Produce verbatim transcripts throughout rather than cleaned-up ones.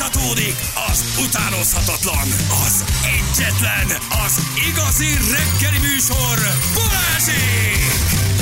Folytatódik az utánozhatatlan, az egyetlen, az igazi reggeli műsor, Balázsék!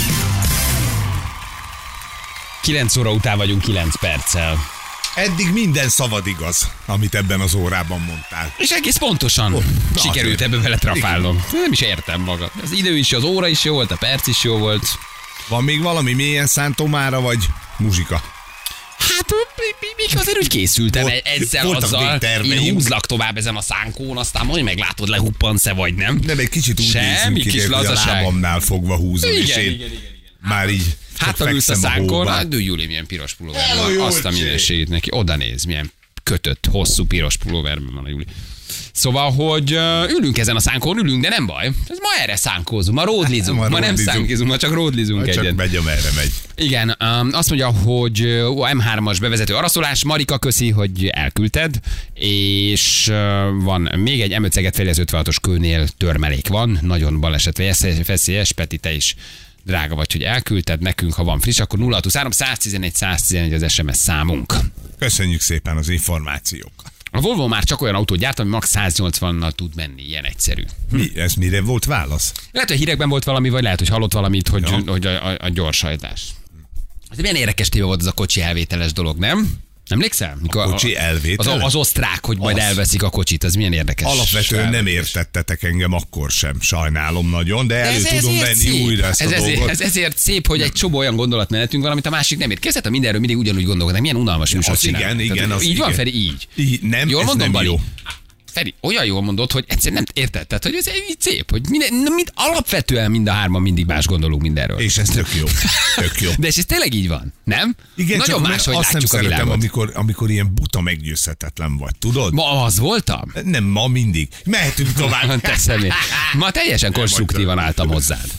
kilenc óra után vagyunk kilenc perccel. Eddig minden szavad igaz, amit ebben az órában mondtál. És egész pontosan oh, sikerült ebbe beletrafálnom. Nem is értem magad. Az idő is, az óra is jó volt, a perc is jó volt. Van még valami mélyen szántomára, vagy muzsika? Hát még azért úgy készültem Volt, ezzel, azzal. Én húzlak tovább ezen a szánkón, aztán majd meglátod, lehuppansz-e vagy nem. Nem, egy kicsit úgy Semmi nézünk ki, hogy a lábamnál fogva húzom, igen, és én igen, igen, igen. már így hátra ülsz a szánkon, hát dő Júli, milyen piros pulóverben van, azt a mindenségét neki, oda néz, milyen kötött, hosszú piros pulóverben van a Júli. Szóval, hogy uh, ülünk ezen a szánkon, ülünk, de nem baj. Ez ma erre szánkózunk, ma ródlizunk, ma, ma nem szánkizunk, ma csak ródlizunk egyet. Csak megy, amerre megy. Igen, um, azt mondja, hogy uh, em hármas bevezető araszolás, Marika, köszi, hogy elküldted, és uh, van még egy em öt Szeged felé az ötvenhatos kőnél törmelék van, nagyon baleset veszélyes, Peti, te is drága vagy, hogy elküldted nekünk, ha van friss, akkor nulla hat huszonhárom száz tizenegy száz tizenegy az es em es számunk. Köszönjük szépen az információkat. A Volvo már csak olyan autót gyárt, ami max. száz nyolcvannal tud menni, ilyen egyszerű. Mi? Ez mire volt válasz? Lehet, hogy hírekben volt valami, vagy lehet, hogy hallott valamit, hogy, ja. hogy a, a, a gyorshajtás. Ez milyen érdekes téma volt az a kocsi elvételes dolog, nem? Emlékszel? Mikor a kocsi elvételes? Az, az osztrák, hogy majd az. elveszik a kocsit, az milyen érdekes. Alapvetően elvételés. Nem értettetek engem akkor sem, sajnálom nagyon, de elő ez tudom venni szép. újra ezt ez a ezért, dolgot. Ez ezért szép, hogy egy csomó olyan gondolatmenetünk van, amit a másik nem ért. Képzeld, ha mindenről mindig ugyanúgy gondolkodnak, milyen unalmas műsort csinálnak. Igen, igen. Az így igen. van, Feri, így. így nem, jól ez mondom, nem Bali? jó. Feri, olyan jól mondod, hogy egyszerűen nem érted. Tehát, hogy ez így szép, hogy minden, mind, alapvetően mind a hárman mindig más gondolunk mindenről. És ez tök jó. Tök jó. De és ez tényleg így van, nem? Igen, nagyon más, hogy azt nem látjuk a szeretem, világot. amikor, amikor ilyen buta meggyőzhetetlen vagy, tudod? Ma az voltam? Nem, ma mindig. Mehetünk tovább. Teszem én. Ma teljesen konstruktívan álltam hozzád.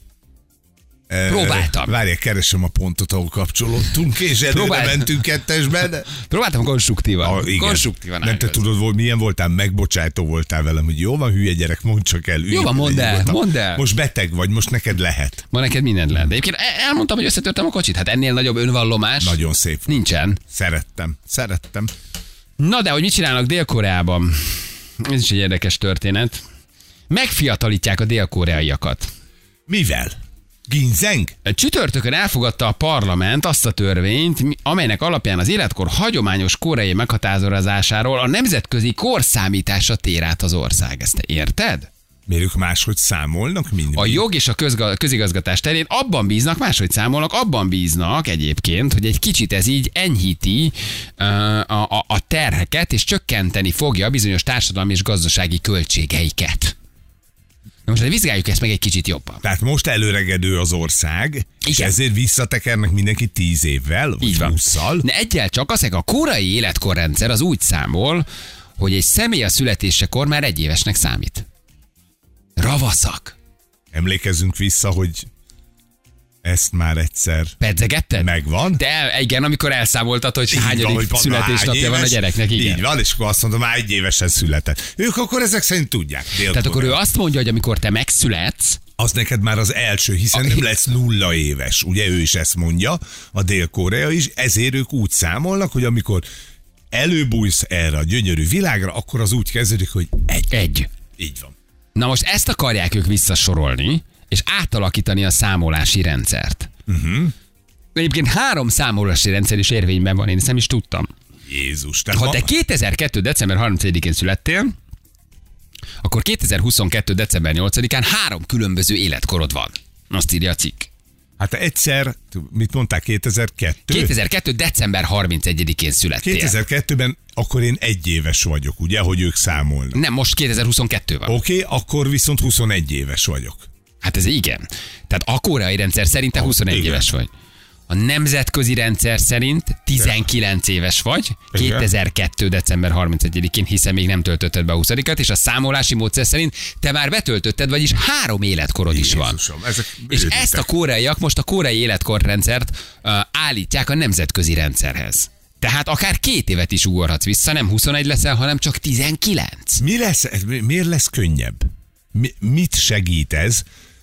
Próbáltam. Várj, keresem a pontot, ahol kapcsolódtunk, és előre mentünk kettesben. Próbáltam konstruktívan. Ah, konstruktívan nem te tudod, volt, milyen voltál, megbocsájtó voltál velem, hogy jó van, hülye gyerek, mondd csak el. Jó van, mondd el, mondd el. Most beteg vagy, most neked lehet. Ma neked mindent lehet. De egyébként elmondtam, hogy összetörtem a kocsit. Hát ennél nagyobb önvallomás. Nagyon szép. Nincsen. Szerettem, szerettem. Na de, hogy mit csinálnak Dél-Koreában? Ez is egy érdekes történet. Megfiatalítják a dél-koreaiakat. Mivel? Ginzeng? Csütörtökön elfogadta a parlament azt a törvényt, amelynek alapján az életkor hagyományos koreai meghatározásáról a nemzetközi korszámításra tér át az ország. Ezt te érted? Miért ők máshogy számolnak? Mind a jog és a közga- közigazgatás terén abban bíznak, máshogy számolnak, abban bíznak egyébként, hogy egy kicsit ez így enyhíti uh, a, a, a terheket, és csökkenteni fogja bizonyos társadalmi és gazdasági költségeiket. Na most vizsgáljuk ezt meg egy kicsit jobban. Tehát most előregedő az ország, igen. És ezért visszatekernek mindenki tíz évvel, vagy hússzal. De egyel csak az, hogy a korai életkorrendszer az úgy számol, hogy egy személy a születésekor már egy évesnek számít. Ravaszak. Emlékezzünk vissza, hogy ezt már egyszer pedzegetted? Megvan. De igen, amikor elszámoltad, hogy hányadik születésnapja van a gyereknek. Igen. Így van, és akkor azt mondom, már egy évesen született. Ők akkor ezek szerint tudják. Dél-Korea. Tehát akkor ő azt mondja, hogy amikor te megszületsz, az neked már az első, hiszen a... nem lesz nulla éves. Ugye ő is ezt mondja, a Dél-Korea is, ezért ők úgy számolnak, hogy amikor előbújsz erre a gyönyörű világra, akkor az úgy kezdődik, hogy egy. Egy. Így van. Na most ezt akarják ők visszasorolni, és átalakítani a számolási rendszert. Uh-huh. Egyébként három számolási rendszer is érvényben van, én ezt nem is tudtam. Jézus. Ha ma... te kétezer-kettő. december harmincegyedikén születtél, akkor kétezer-huszonkettő. december nyolcadikán három különböző életkorod van. Azt írja a cikk. Hát egyszer, mit mondták, kétezer-kettő? kétezer-kettő. december harmincegyedikén születtél. kétezer-kettőben akkor én egy éves vagyok, ugye, hogy ők számolnak. Nem, most kétezer-huszonkettő van. Oké, okay, akkor viszont huszonegy éves vagyok. Hát ez igen. Tehát a koreai rendszer szerint te huszonegy igen. éves vagy. A nemzetközi rendszer szerint tizenkilenc éves vagy, kétezer-kettő. december harmincegyedikén, hiszen még nem töltötted be a huszadikat, és a számolási módszer szerint te már betöltötted, vagyis három életkorod Jézusom, is van. Ezek és ezt a koreaiak most a koreai életkorrendszert uh, állítják a nemzetközi rendszerhez. Tehát akár két évet is ugorhatsz vissza, nem huszonegy leszel, hanem csak tizenkilenc. Mi lesz, miért lesz könnyebb? Mi, mit segít ez?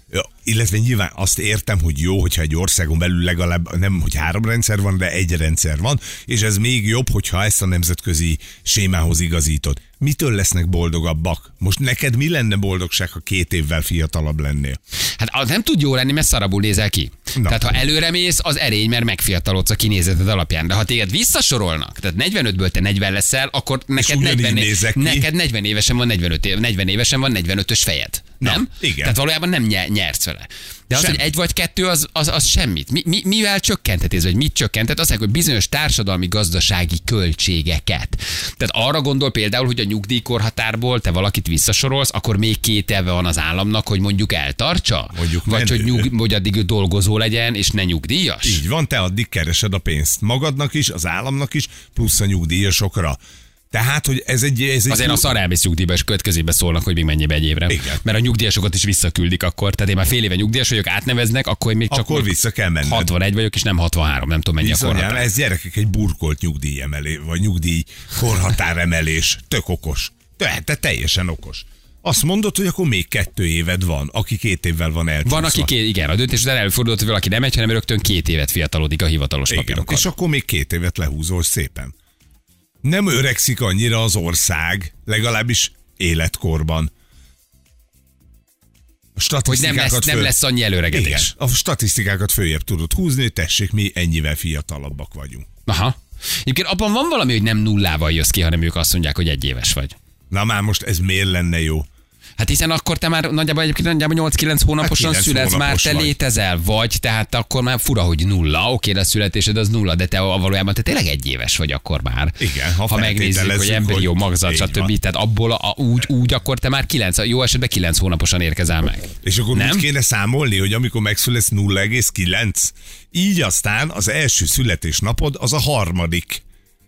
Ja, illetve nyilván azt értem, hogy jó, hogyha egy országon belül legalább nem, hogy három rendszer van, de egy rendszer van, és ez még jobb, hogyha ezt a nemzetközi sémához igazítod. Mitől lesznek boldogabbak? Most neked mi lenne boldogság, ha két évvel fiatalabb lennél? Hát az nem tud jó lenni, mert szarabul nézel ki. Na. Tehát ha előre mész, az erény, mert megfiatalodsz a kinézeted alapján. De ha téged visszasorolnak, tehát negyvenötből te negyven leszel, akkor neked negyven, neked negyven évesen van negyvenöt év, negyven évesen van negyvenötös fejed. Na, nem? Igen. Tehát valójában nem nyersz vele. De az, Semmi. hogy egy vagy kettő, az, az, az semmit. Mi, mi, mivel csökkenteted, vagy mit csökkented? Azt mondják, hogy bizonyos társadalmi gazdasági költségeket. Tehát arra gondol például, hogy a nyugdíjkorhatárból te valakit visszasorolsz, akkor még két éve van az államnak, hogy mondjuk eltartsa? Mondjuk vagy menő. hogy, nyug, hogy addig ő dolgozó legyen, és ne nyugdíjas? Így van, te addig keresed a pénzt. Magadnak is, az államnak is, plusz a nyugdíjasokra. Tehát, hogy ez egy... Ez egy Azért a szar elmész nyugdíjba, és következőbe szólnak, hogy még mennyi be egy évre. Igen. Mert a nyugdíjasokat is visszaküldik akkor. Tehát én már fél éve nyugdíjas vagyok, átneveznek, akkor még csak akkor vissza kell menned. hatvanegy vagyok, és nem hatvanhárom, nem tudom mennyi a Bizonyám, korhatár. ez gyerekek egy burkolt nyugdíjemelés, vagy nyugdíj korhatáremelés. Tök okos. Te, te teljesen okos. Azt mondod, hogy akkor még kettő éved van, aki két évvel van elcsúszva. Van, aki két, igen, a döntés után előfordult, hogy valaki nem megy, hanem rögtön két évet fiatalodik a hivatalos Igen, papírokkal. és akkor még két évet lehúzol szépen. Nem öregszik annyira az ország, legalábbis életkorban. A Hogy nem lesz, föl... nem lesz annyi előregedés. Igen, a statisztikákat följebb tudod húzni, hogy tessék, mi ennyivel fiatalabbak vagyunk. Aha. Egyébként abban van valami, hogy nem nullával jössz ki, hanem ők azt mondják, hogy egy éves vagy. Na már most ez miért lenne jó? Hát hiszen akkor te már nagyjából egyébként nagyjából nyolc-kilenc hónaposan kilenc születsz, már hónapos te vagy. létezel, vagy, tehát akkor már fura, hogy nulla, oké, de a születésed az nulla, de te valójában te tényleg egy éves vagy akkor már. Igen, ha ha megnézzük, hogy feltételezzük, emberi jó hogy magzat, így stb. van. Tehát abból a, úgy, úgy, akkor te már kilenc, jó esetben kilenc hónaposan érkezel meg. És akkor Nem? úgy kéne számolni, hogy amikor megszületsz nulla egész kilenc, így aztán az első születésnapod az a harmadik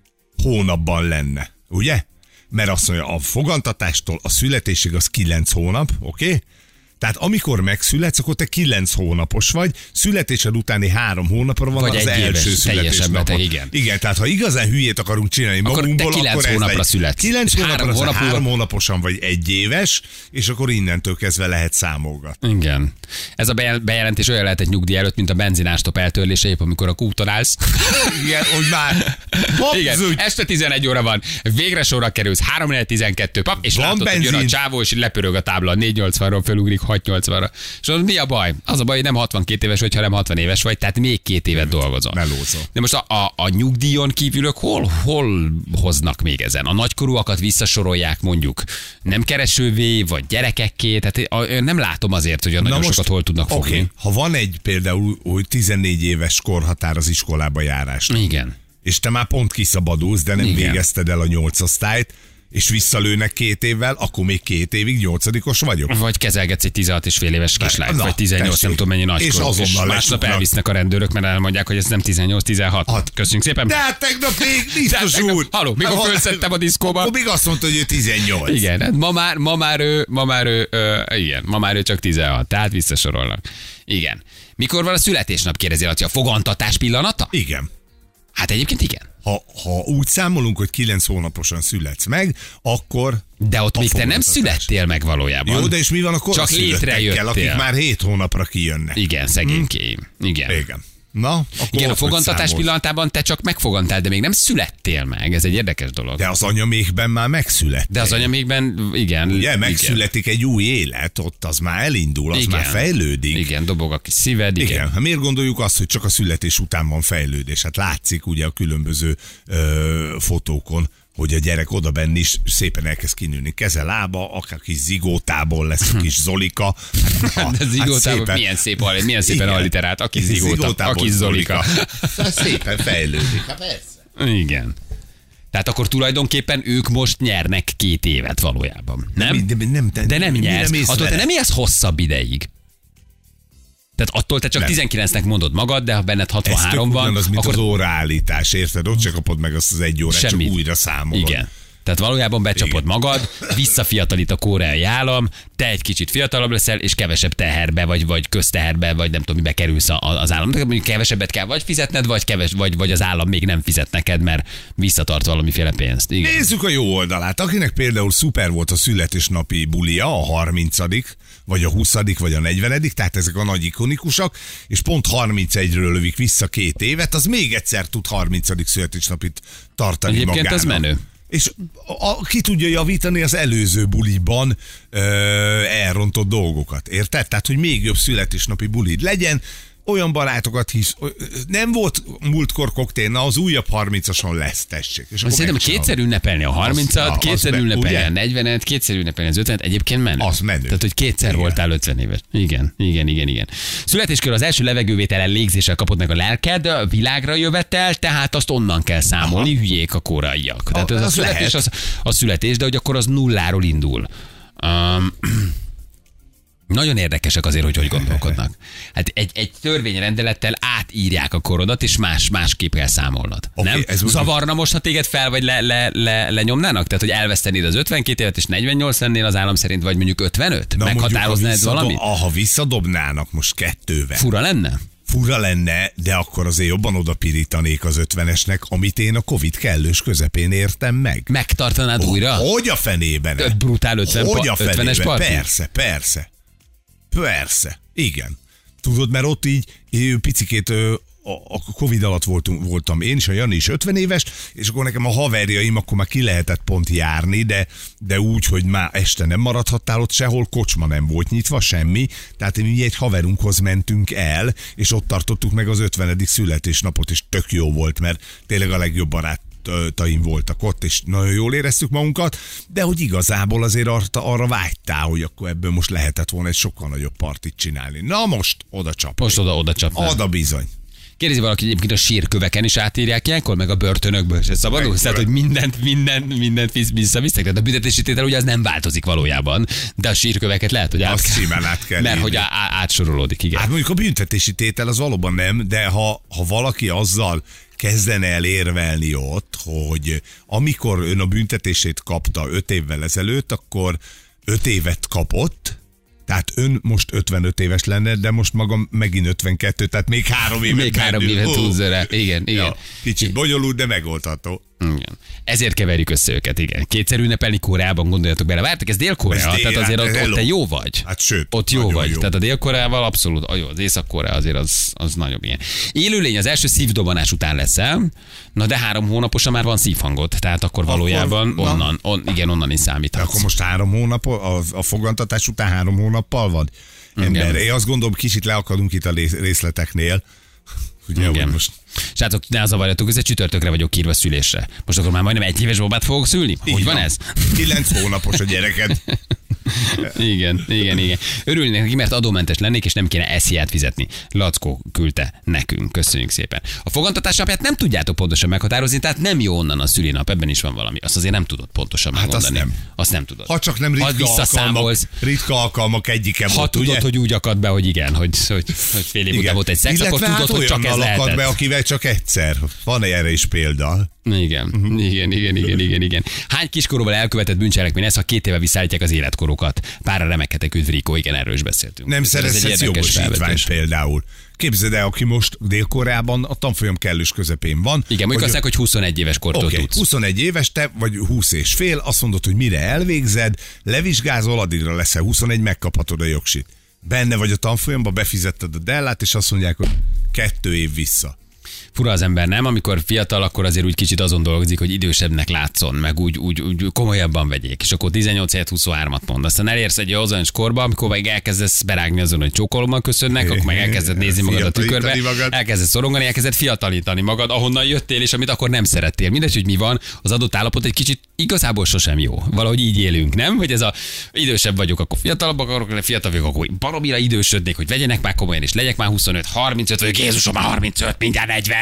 hónapban lenne, ugye? Mert azt mondja, a fogantatástól a születésig az kilenc hónap, oké? Okay? Tehát amikor megszületsz, akkor te kilenc hónapos vagy, születésed utáni három hónapra van Vagy az egy éves, első teljesen születésnapod. beteg, igen. Igen, tehát ha igazán hülyét akarunk csinálni Akkor magunkból, te kilenc akkor ez hónapra egy- születsz. kilenc És hónapra, három három, hónap múlva- három hónaposan vagy egy éves, és akkor innentől kezdve lehet számolgatni. Igen. Ez a bejel- bejelentés olyan lehet egy nyugdíj előtt, mint a benzinástop eltörlése, épp amikor a kúton állsz. Igen, hogy már... Hopp, Igen, zúgy. este tizenegy óra van, végre sorra kerülsz, három tizenkettő, pap, és Van látod, hogy jön a benzin. csávó, és lepörög a tábla, négy nyolcvanról fölugrik hat nyolcvanra. És az mi a baj? Az a baj, hogy nem hatvankét éves vagy, hanem hatvan éves vagy, tehát még két évet dolgozol. melózol. De most a, a, a nyugdíjon kívülök hol, hol hoznak még ezen? A nagykorúakat visszasorolják mondjuk nem keresővé, vagy gyerekekké, tehát a- nem látom azért, hogy a nagyon sokat hol tudnak fogni. oké, ha van egy például, hogy tizennégy éves korhatár az iskolába járásra, Igen. és te már pont kiszabadulsz, de nem Igen. végezted el a nyolc osztályt, és visszalőnek két évvel, akkor még két évig nyolcadikos vagyok. Vagy kezelgetsz egy tizenhat és fél éves kislányt, Na, vagy tizennyolc, tessék. nem tudom mennyi nagykorú. És azonnal másnap lesuknak. elvisznek a rendőrök, mert elmondják, hogy ez nem tizennyolc tizenhat. Hat. Köszönjük szépen. De hát tegnap még De hát biztos tegnap- úr. Halló, mikor Hát, fölszedtem a diszkóba? Akkor még azt mondta, hogy ő tizennyolc. Igen, hát ma már, ma már ő, ma már ő, ö, igen, ma már ő csak tizenhat, tehát visszasorolnak. Igen. Mikor van a születésnap, kérdezi Laci, a fogantatás pillanata? Igen. Hát egyébként igen. Ha, ha úgy számolunk, hogy kilenc hónaposan születsz meg, akkor... De ott a még te nem fogantatás. születtél meg valójában. Jó, de és mi van a Csak koraszülöttekkel, létrejöttél. akik már hét hónapra kijönnek? Igen, szegénykéim. Igen. Igen. Na, akkor Igen, a ott hogy fogantatás számolsz. pillanatában te csak megfogantál, de még nem születtél meg. Ez egy érdekes dolog. De az anyamékben már megszületett. De az anyamékben, igen. Ugye, igen. megszületik egy új élet, ott az már elindul, az már fejlődik. Igen, dobog a kis szíved, igen. Igen. Hát miért gondoljuk azt, hogy csak a születés után van fejlődés? Hát látszik ugye a különböző ö, fotókon, hogy a gyerek oda benn is szépen elkezd kinőni keze, lába, akár kis zigótából lesz a kis Zolika. Hát, De zigótában szépen- milyen szép, al- milyen szépen Igen. alliterált, aki zigóta, Zigótából aki Zolika. Szóval szépen fejlődik. Hát persze. Igen. Tehát akkor tulajdonképpen ők most nyernek két évet valójában. Nem? De, de, nem, de, De nem mire nyersz. mész Attól te vele? nem élsz hosszabb ideig. Tehát attól te csak Nem. tizenkilencnek mondod magad, de ha benned hatvanhárom Ez van, az, mint akkor az óraállítás, érted? Ott se kapod meg azt az egy órát, Semmit. csak újra számolod. Igen. Tehát valójában becsapod Igen. magad, visszafiatalít a koreai állam, te egy kicsit fiatalabb leszel, és kevesebb teherbe, vagy, vagy közteherbe, vagy nem tudom, mibe kerülsz az állam. Mondjuk kevesebbet kell vagy fizetned, vagy, keves, vagy, vagy az állam még nem fizet neked, mert visszatart valamiféle pénzt. Igen. Nézzük a jó oldalát. Akinek például szuper volt a születésnapi bulia, a harmincadik vagy a huszadik vagy a negyvenedik tehát ezek a nagy ikonikusak, és pont harmincegyről lövik vissza két évet, az még egyszer tud harmincadik születésnapit tartani Egyébként magának. ez menő. És a, ki tudja javítani az előző buliban ö, elrontott dolgokat, érted? Tehát, hogy még jobb születésnapi bulid legyen, olyan barátokat hisz. Nem volt múltkor koktél, na az újabb harmincason lesz, tessék. És szerintem kétszer ünnepelni a harmincat, az, kétszer az ünnepelni ugye? A negyvenet, kétszer ünnepelni az ötvenet, egyébként menő. Az menő. Tehát, hogy kétszer igen. voltál ötven éves. Igen, igen, igen, igen. Születéskor az első levegővételen légzéssel kapod meg a lelked, a világra jövetel, tehát azt onnan kell számolni, aha. hülyék a koreaiak. Tehát az, az, a születés, az, a születés, de hogy akkor az nulláról indul. Um, Nagyon érdekesek azért, hogy hogy gondolkodnak. Hát egy, egy törvényrendelettel átírják a korodat, és más, másképp kell számolnod. Okay, nem? Ez zavarna most, ha téged fel vagy le, le, le, lenyomnának? Tehát, hogy elvesztenéd az ötvenkét évet, és negyvennyolc lennél az állam szerint, vagy mondjuk ötvenöt? Meghatároznád valamit? Ha visszadobnának most kettővel. Fura lenne? Fura lenne, de akkor azért jobban odapirítanék az ötvenesnek, amit én a Covid kellős közepén értem meg. Megtartanád oh, újra? Hogy a fenében? Öt brutál ötven hogy a ötvenes parti? Persze, persze. Persze, igen. Tudod, mert ott így picikét a Covid alatt voltunk, voltam én is, a Jani is ötven éves, és akkor nekem a haverjaim, akkor már ki lehetett pont járni, de, de úgy, hogy már este nem maradhattál ott sehol, kocsma nem volt nyitva, semmi, tehát mi egy haverunkhoz mentünk el, és ott tartottuk meg az ötvenedik születésnapot, és tök jó volt, mert tényleg a legjobb barát taim voltak ott, és nagyon jól éreztük magunkat, de hogy igazából azért arra, arra vágytál, hogy akkor ebből most lehetett volna egy sokkal nagyobb partit csinálni. Na most oda csap. Most oda, oda csap. Oda bizony. Kérdezi valaki, egyébként a sírköveken is átírják ilyenkor, meg a börtönökből se szabadul? Tehát, hogy mindent, mindent, mindent visszavisztek. Tehát a büntetési tétel ugye az nem változik valójában, de a sírköveket lehet, hogy át, azt simán át kell mert hogy á, átsorolódik, igen. Hát mondjuk a büntetési tétel az valóban nem, de ha, ha valaki azzal kezdene el érvelni ott, hogy amikor ön a büntetését kapta öt évvel ezelőtt, akkor öt évet kapott, tehát ön most ötvenöt éves lenne, de most maga megint ötvenkettő, tehát még három évet. Még három évet húzza rá. Igen, igen. Ja, kicsit bonyolult, de megoldható. Igen. Ezért keverjük össze őket, igen. Kétszer ünnepelni Koreában, gondoljatok bele. Vártak, ez Dél-Korea, dél, tehát azért hát, ott, ott te jó vagy. Hát sőt, ott jó vagy. Jó. Tehát a Dél-Koreával abszolút, jó, az Észak-Korea azért az, az nagyobb ilyen. Élőlény az első szívdobanás után leszel, na de három hónaposan már van szívhangod, tehát akkor valójában akkor, onnan, on, igen, onnan is számíthatsz. De akkor most három hónap, a, a fogantatás után három hónappal van ember. Én azt gondolom, kicsit leakadunk itt a részleteknél. Ugye, igen. Most... Srácok, ne zavarjatok, ez egy csütörtökre vagyok írva szülésre. Most akkor már majdnem egy éves babát fogok szülni? Hogy van ez? Kilenc hónapos a gyereked. Igen, igen, igen. Örülnék neki, mert adómentes lennék, és nem kéne esziát fizetni. Lackó küldte nekünk. Köszönjük szépen. A fogantatás napját nem tudjátok pontosan meghatározni, tehát nem jó onnan a szülinap, ebben is van valami. Azt azért nem tudod pontosan hát megmondani. Azt nem. Azt nem tudod. Ha csak nem ritka alkalmak, ritka alkalmak egyike ha volt, tudod, ugye? hogy úgy akad be, hogy igen, hogy, hogy, hogy fél év után volt egy szex, akkor hát tudod, hogy csak ez lehetett. Be, akivel csak egyszer. Van erre is példa. Igen, uh-huh. igen, igen, igen, igen, igen. Hány kiskorúval elkövetett bűncselekmény ez, ha két éve visszaállítják az életkorokat? Párra remekedek, üdv Rikó, igen, erről is beszéltünk. Nem szerezhetsz jogosítványt például. Képzeld el, aki most Dél-Koreában a tanfolyam kellős közepén van. Igen, mondjuk azt mondják, hogy huszonegy éves kortól okay, tudsz. huszonegy éves te, vagy húsz és fél, azt mondod, hogy mire elvégzed, levizsgázol, addigra leszel huszonegy, megkaphatod a jogsit. Benne vagy a tanfolyamban, befizetted a dellát, és azt mondják, hogy kettő év vissza. Fura az ember, nem? Amikor fiatal, akkor azért úgy kicsit azon dolgozik, hogy idősebbnek látszon, meg úgy, úgy, úgy komolyabban vegyék, és akkor tizennyolc helyett huszonhármat mond. Aztán elérsz egy azon korba, amikor meg elkezdesz berágni azon, hogy csókolommal köszönnek, akkor meg elkezded nézni magad a tükörbe, magad. elkezded szorongani, elkezded fiatalítani magad, ahonnan jöttél, és amit akkor nem szerettél. Mindegy, hogy mi van, az adott állapot egy kicsit igazából sosem jó. Valahogy így élünk, nem? Hogy ez a idősebb vagyok, akkor fiatalabb akarok lenni, fiatal vagyok, akkor baromira idősödnék, hogy vegyenek már komolyan, és legyek már huszonöt, harmincöt, vagy Jézusom, már harmincöt, mindjárt negyven.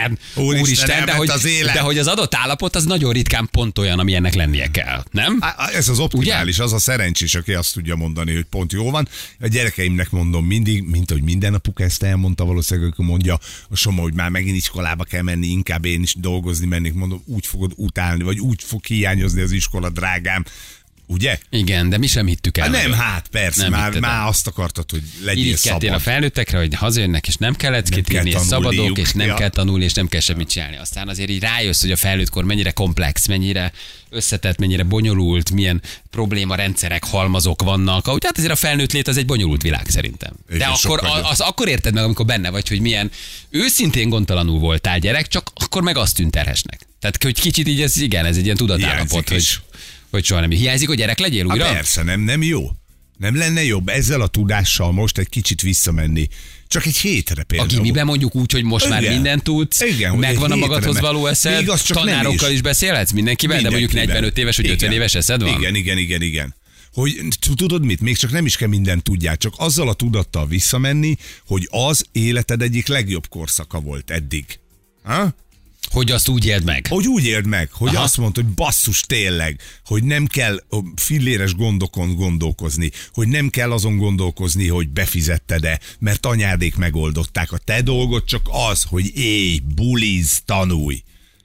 úristen, Úristen, úristen de, hogy, az élet. de hogy az adott állapot az nagyon ritkán pont olyan, ami ennek lennie kell, nem? Á, ez az optimális, az a szerencsés, aki azt tudja mondani, hogy pont jó van. A gyerekeimnek mondom mindig, mint hogy minden apuka ezt elmondta, valószínűleg akkor mondja a Soma, hogy már megint iskolába kell menni, inkább én is dolgozni mennék, mondom, úgy fogod utálni, vagy úgy fog hiányozni az iskola, drágám. Ugye? Igen, de mi sem hittük el. Hát nem, hát persze, nem már, már azt akartad, hogy legyél szabad. a felnőttekre, hogy hazajönnek, és nem kell leckét írni, és szabadok, és nem ja. kell tanulni, és nem kell semmit csinálni. Aztán azért így rájössz, hogy a felnőttkor mennyire komplex, mennyire összetett, mennyire bonyolult, milyen problémarendszerek, halmazok vannak. Úgy, hát azért a felnőtt lét az egy bonyolult világ szerintem. De igen, akkor, az, az akkor érted meg, amikor benne vagy, hogy milyen őszintén gondtalanul voltál gyerek, csak akkor meg azt tűnt terhesnek. Tehát, hogy kicsit így ez, igen, ez egy ilyen tudatállapot, hogy hogy soha nem hiányzik, hogy gyerek legyél újra? Há, persze, nem, nem jó. Nem lenne jobb ezzel a tudással most egy kicsit visszamenni. Csak egy hétre például. A gimiben mondjuk úgy, hogy most igen. már mindent tudsz, igen, megvan a magadhoz való eszed, igaz, tanárokkal is. is beszélhetsz mindenkivel, de mondjuk negyvenöt éves vagy ötven éves eszed van? Igen, igen, igen, igen. Hogy tudod mit? Még csak nem is kell mindent tudjál, csak azzal a tudattal visszamenni, hogy az életed egyik legjobb korszaka volt eddig. Ha? Hogy azt úgy éld meg. Hogy úgy éld meg, hogy Aha. azt mondod, hogy basszus tényleg, hogy nem kell filléres gondokon gondolkozni, hogy nem kell azon gondolkozni, hogy befizetted-e, mert anyádék megoldották. A te dolgod csak az, hogy élj, buliz, tanulj.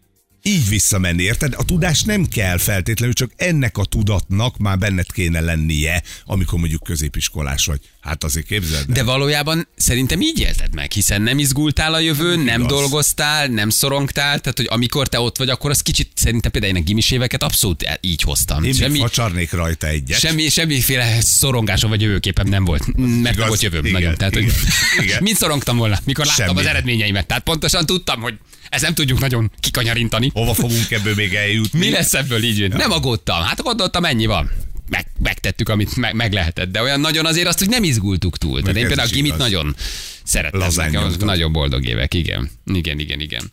Így visszamenni, érted? A tudás nem kell feltétlenül, csak ennek a tudatnak már benned kéne lennie, amikor mondjuk középiskolás vagy. Hát azért képzeld. De valójában szerintem így élted meg, hiszen nem izgultál a jövőn, nem, nem dolgoztál, nem szorongtál, tehát hogy amikor te ott vagy, akkor az kicsit szerintem például én a gimis éveket abszolút így hoztam. Én semmi, facsarnék rajta egyet. Semmi, semmiféle szorongásom vagy jövőképem nem volt, mert igaz, nem volt jövőm igen, nagyon. Tehát, igen, hogy igen. Mind szorongtam volna, mikor láttam Semmi. az eredményeimet. Tehát pontosan tudtam, hogy ezt nem tudjuk nagyon kikanyarintani. Hova fogunk ebből még eljutni? Mi lesz ebből így? Ja. Nem aggódtam. Hát gondoltam, ennyi van. Meg, megtettük, amit meg, meg lehetett. De olyan nagyon azért azt, hogy nem izgultuk túl. Tehát én például a gimit nagyon szerettem. Nagyon boldog évek, igen. Igen, igen, igen.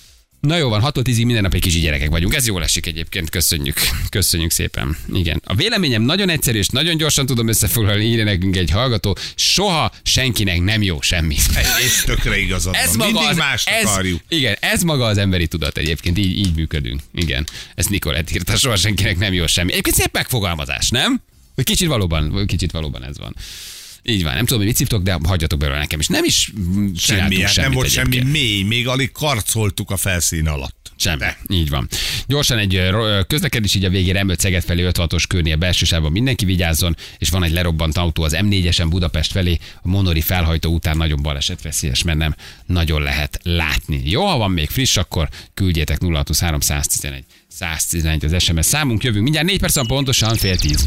Na jó van, hattól tízig minden nap egy kicsi gyerekek vagyunk. Ez jól esik egyébként, köszönjük. Köszönjük szépen. Igen. A véleményem nagyon egyszerű, és nagyon gyorsan tudom összefoglalni, írja nekünk egy hallgató. Soha senkinek nem jó semmi. És tökre igazad ez van. Maga az, mást ez, akarjuk. Igen, ez maga az emberi tudat egyébként, így, így működünk. Igen. Ezt Nikolett írta, soha senkinek nem jó semmi. Egyébként szép megfogalmazás, nem? Hogy kicsit valóban, kicsit valóban ez van. Így van, nem tudom, hogy mit szívtok, de hagyjatok belőle nekem is. Nem is semmi, hát nem volt egyébként. semmi mély, még alig karcoltuk a felszín alatt. Semmi. De. Így van. Gyorsan egy közlekedés, így a végére M öt Szeged felé ötvenhatos körnél belső sávban mindenki vigyázzon, és van egy lerobbant autó az M négyesen Budapest felé, a Monori felhajtó után nagyon balesetveszélyes, mert nem nagyon lehet látni. Jó, ha van még friss, akkor küldjétek nulla hatvanhárom száztizenegy száztizenegy az es em es számunk, jövünk mindjárt négy perc, pontosan fél tíz.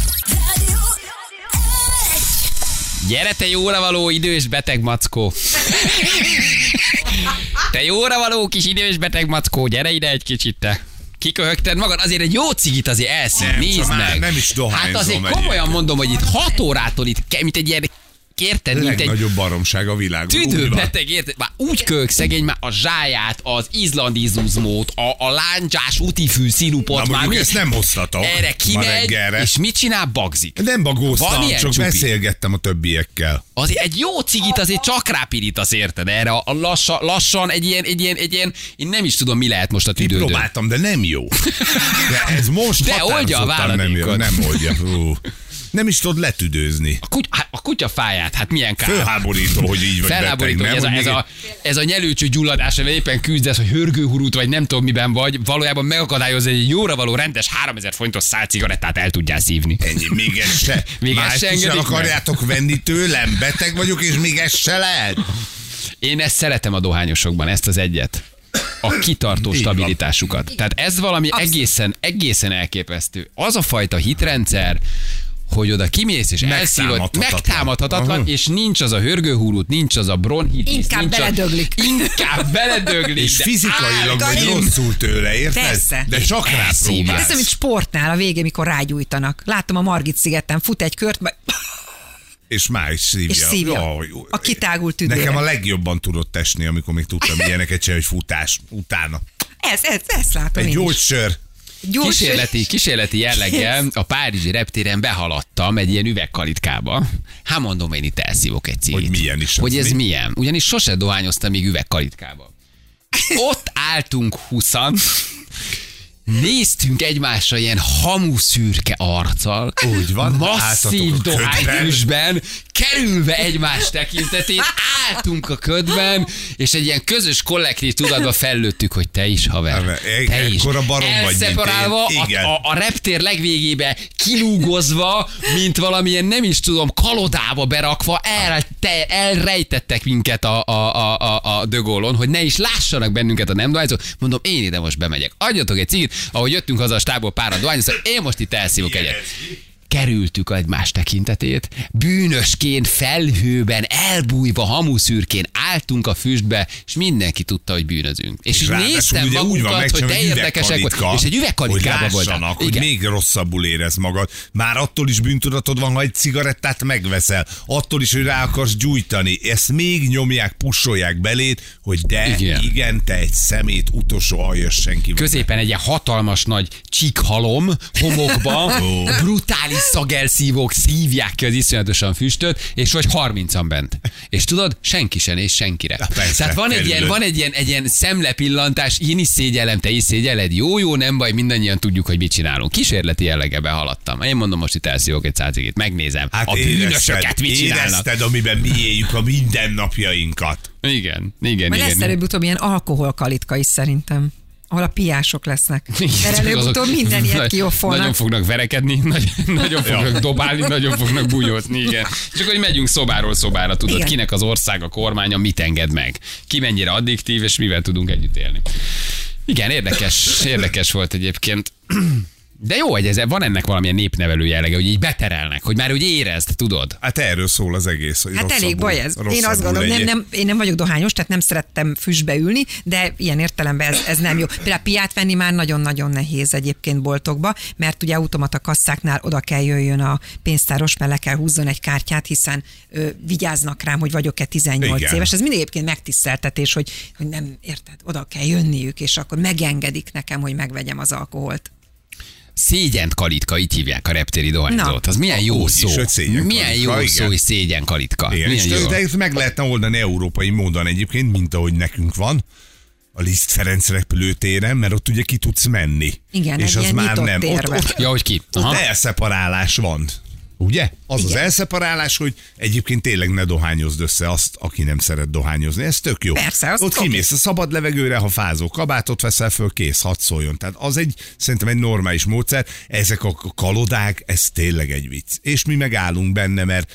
Gyere, te jóra való idős beteg mackó! Te jóra való kis idős beteg mackó, gyere ide egy kicsit, te! Kiköhögted magad, azért egy jó cigit azért elszív, nézd meg! Nem is dohányzom. Hát azért komolyan egyébként mondom, hogy itt hat órától itt, mint egy ilyen, érted, mint egy legnagyobb baromság a világon. tüdőbeteg, érted? Már úgy köhög szegény, már a zsáját, az izlandi zuzmót, a, a lándzsás útifű szirupot, na, már mi? Ezt nem hoztatok. Erre kimegy, és mit csinál? Bagzik. Nem bagóztam, csak csupi? Beszélgettem a többiekkel. Azért egy jó cigit azért csak rápirítasz, érted? Erre a lassan, lassan egy ilyen, egy ilyen, egy ilyen, én nem is tudom, mi lehet most a tüdődön. Próbáltam, de nem jó. De ez most de oldja a váladékot. Nem, nem oldja. Hú. Nem is tudod letüdőzni. A, kuty- a kutya fáját, hát milyen kár. Fölháborító, hogy így vagy Felháborító, beteg, hogy ez, a, ez, a, ez a nyelőcső gyulladás, amivel éppen küzdesz, hogy hörgőhurút vagy nem tudom miben vagy, valójában megakadályoz egy jóra való rendes háromezer forintos szál cigarettát el tudjál szívni. Ennyi, még ez se. Még Más ez se is el akarjátok meg. venni tőlem, beteg vagyok, és még ez se lehet. Én ezt szeretem a dohányosokban, ezt az egyet. A kitartó stabilitásukat. Tehát ez valami egészen, egészen elképesztő. Az a fajta hitrendszer, hogy oda kimész és elszívod, megtámadhatatlan, uh-huh. és nincs az a hörgőhúrút, nincs az a bronchitis. Inkább nincs beledöglik. A, inkább beledöglik. És fizikailag vagy rosszul tőle, érted? Persze. De csak rá próbálsz. Ez mint sportnál a végén, mikor rágyújtanak. Láttam a Margit szigeten, fut egy kört, majd... És már is szívja. És szívja. Jaj, a kitágult tüdőre. Nekem a legjobban tudott esni, amikor még tudtam ilyeneket se, hogy futás utána. Ez, ez, ezt látom egy én gyógysör. Gyors. Kísérleti, kísérleti jelleggel a párizsi reptéren behaladtam egy ilyen üvegkalitkába. Hát mondom, én itt elszívok egy cigit. Hogy milyen is. Hogy ez mi? milyen. Ugyanis sose dohányoztam még üvegkalitkába. ott álltunk huszan, néztünk egymásra ilyen hamuszürke arccal, Úgy van, masszív álltatok a dohánytűzben, kerülve egymás tekintetét, álltunk a ködben, és egy ilyen közös kollektív tudatba fellőttük, hogy te is, haver, te is. Ekkora barom vagy, mint Elszeparálva, én. Igen. a, a, a reptér legvégébe kilúgozva, mint valamilyen, nem is tudom, kalodába berakva, el, te, elrejtettek minket a, a, a, a, a dögólon, hogy ne is lássanak bennünket a nem dohányzók. Mondom, én ide most bemegyek. Adjatok egy cigit, ahogy jöttünk haza a stábból pár a dohányzók, én most itt elszívok egyet. Kerültük egymás tekintetét, bűnösként, felhőben, elbújva, hamuszürkén álltunk a füstbe, és mindenki tudta, hogy bűnözünk. És, és így néztem magunkat, hogy de érdekesek vagy, és egy üvegkalitkába voltál. Hogy igen. Még rosszabbul érez magad. Már attól is bűntudatod van, ha egy cigarettát megveszel. Attól is, hogy rá akarsz gyújtani. Ezt még nyomják, pusolják belét, hogy de igen, igen te egy szemét utolsó aljas senki. Középen egy ilyen hatalmas nagy csíkhalom, homokba, brutális szagelszívók szívják ki az iszonyatosan füstöt, és vagy harmincan bent. És tudod, senki se néz senkire. Ja, persze, tehát van egy, ilyen, van egy ilyen, egy ilyen szemlepillantás, én is szégyellem, te is szégyelled, jó, jó, nem baj, mindannyian tudjuk, hogy mit csinálunk. Kísérleti jellegeben haladtam. Én mondom, most itt elszívok egy szácigét, megnézem. Hát a bűnösöket mit csinálnak. Érezted, amiben mi éljük a mindennapjainkat. Igen, igen, Majd igen. lesz előbb-utóbb ilyen alkoholkalitka is szerintem, ahol a piások lesznek. Mert előbb-utóbb minden ilyet kioffolnak. Nagyon fognak verekedni, nagy, nagyon fognak dobálni, nagyon fognak bújózni, igen. És akkor megyünk szobáról szobára, tudod, igen. Kinek az ország, a kormánya mit enged meg. Ki mennyire addiktív, és mivel tudunk együtt élni. Igen, érdekes, érdekes volt egyébként. De jó, hogy ez, van ennek valamilyen népnevelő jellege, hogy így beterelnek, hogy már úgy érezd, tudod? Hát erről szól az egész. Hogy hát elég baj ez. Én azt gondolom, nem, nem, én nem vagyok dohányos, tehát nem szerettem füstbe ülni, de ilyen értelemben ez, ez nem jó. Például piát venni már nagyon-nagyon nehéz egyébként boltokba, mert ugye automata kasszáknál oda kell jöjjön a pénztáros, mert le kell húzzon egy kártyát, hiszen ö, vigyáznak rám, hogy vagyok-e tizennyolc igen. éves. Ez mindig egyébként megtiszteltetés, hogy, hogy nem érted, oda kell jönniük, és akkor megengedik nekem, hogy megvegyem az alkoholt. Szégyent kalitka, így hívják a reptéri dohányzót. Az milyen jó úgy szó. Is, milyen jó igen. szó, hogy szégyen kalitka. Igen, milyen és jó. De ezt meg lehetne oldani európai módon egyébként, mint ahogy nekünk van. A Liszt Ferenc repülőtéren, mert ott ugye ki tudsz menni. Igen, és az már nem. Ott, ott, ja, hogy ki? Aha. Ott elszeparálás van. Ugye? Az igen. Az elszeparálás, hogy egyébként tényleg ne dohányozd össze azt, aki nem szeret dohányozni. Ez tök jó. Persze, ott kimész a szabad levegőre, ha fázó kabátot veszel föl, kész, hadd szóljon. Tehát az egy, szerintem egy normális módszer. Ezek a kalodák, ez tényleg egy vicc. És mi megállunk benne, mert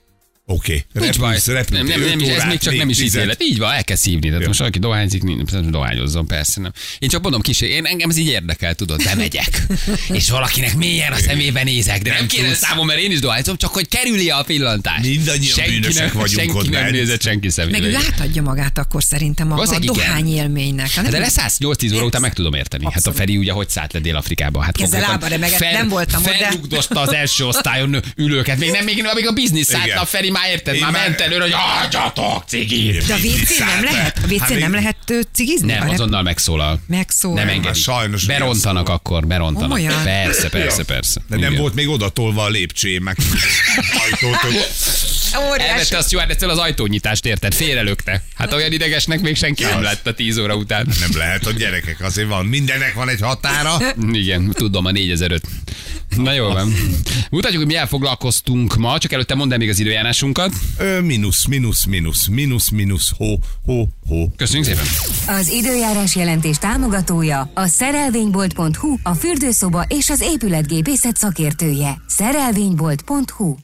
oké, okay. repülsz, repülsz, nem, nem, nem is, ez még csak nem is ítélet. Így van, el kell szívni. Tehát most aki dohányzik, dohányozzon, persze nem. Én csak mondom kis, én engem ez így érdekel, tudod, bemegyek. És valakinek mélyen a szemébe nézek, de nem, nem kéne számom, mert én is dohányzom, csak hogy kerüli a pillantás. Mindannyian bűnösek vagyunk senki ott. nem nézett senki szemébe. Meg ő átadja magát akkor szerintem a, a dohány élménynek. Hát de leszállsz nyolc-tíz óra után meg tudom érteni. Hát a Feri ugye hogy szállt le Dél-Afrikába? Hát ezzel lába remeget, nem voltam ott, de... Felrugdosta az első osztályon ülőket. Még nem, még a biznisz szállt a Feri, már érted, már ment előre, hogy adjatok cigit. De a vécén nem lehet? A vécén nem lehet cigizni? Nem, azonnal megszólal. Megszólal. Nem engedi. Sajnos berontanak akkor, berontanak. Olyan? Persze, persze, persze. De nem volt még odatolva a lépcsőjén, meg ajtót, hogy... Elvette a stewardess-től az ajtónyitást, érted? Félrelökte. Hát olyan idegesnek még senki nem lett a tíz óra után. Nem lehet, hogy gyerekek, azért van. Mindennek van egy határa. Igen, tudom, a négyezer-öt. Na jó van. Mutatjuk, hogy mi elfoglalkoztunk ma, csak előtte mondd el még az időjárásunkat. Ö, minusz, minusz, minusz, minusz, minusz, ho, ho, ho. Köszönjük szépen. Az időjárás jelentés támogatója a szerelvénybolt pont hu, a fürdőszoba és az épületgépészet szakértője. szerelvénybolt pont hu.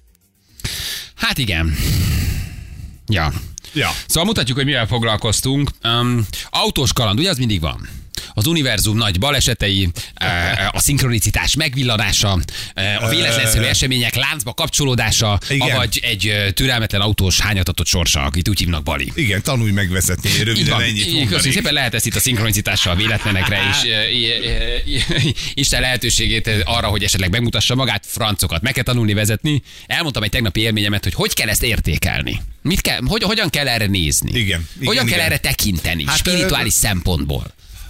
Hát igen. Ja. Ja. Szóval mutatjuk, hogy mivel foglalkoztunk. Um, autós kaland, ugye az mindig van? Az univerzum nagy balesetei, a szinkronicitás megvillanása, a véletlenszerű események láncba kapcsolódása, igen. Avagy egy türelmetlen autós hányatatott sorsa, akit úgy hívnak Bali. Igen, tanulj megvezetni, röviden ennyit mondani. Köszönjük szépen, lehet ezt itt a szinkronicitással a véletlenekre, és Isten lehetőségét arra, hogy esetleg megmutassa magát, francokat. Meg kell tanulni vezetni. Elmondtam egy tegnapi élményemet, hogy hogy kell ezt értékelni. Mit kell, hogy, hogyan kell erre nézni? Igen. Hogyan igen, kell igen. erre tekinteni, hát, spirituális ö... szempontból?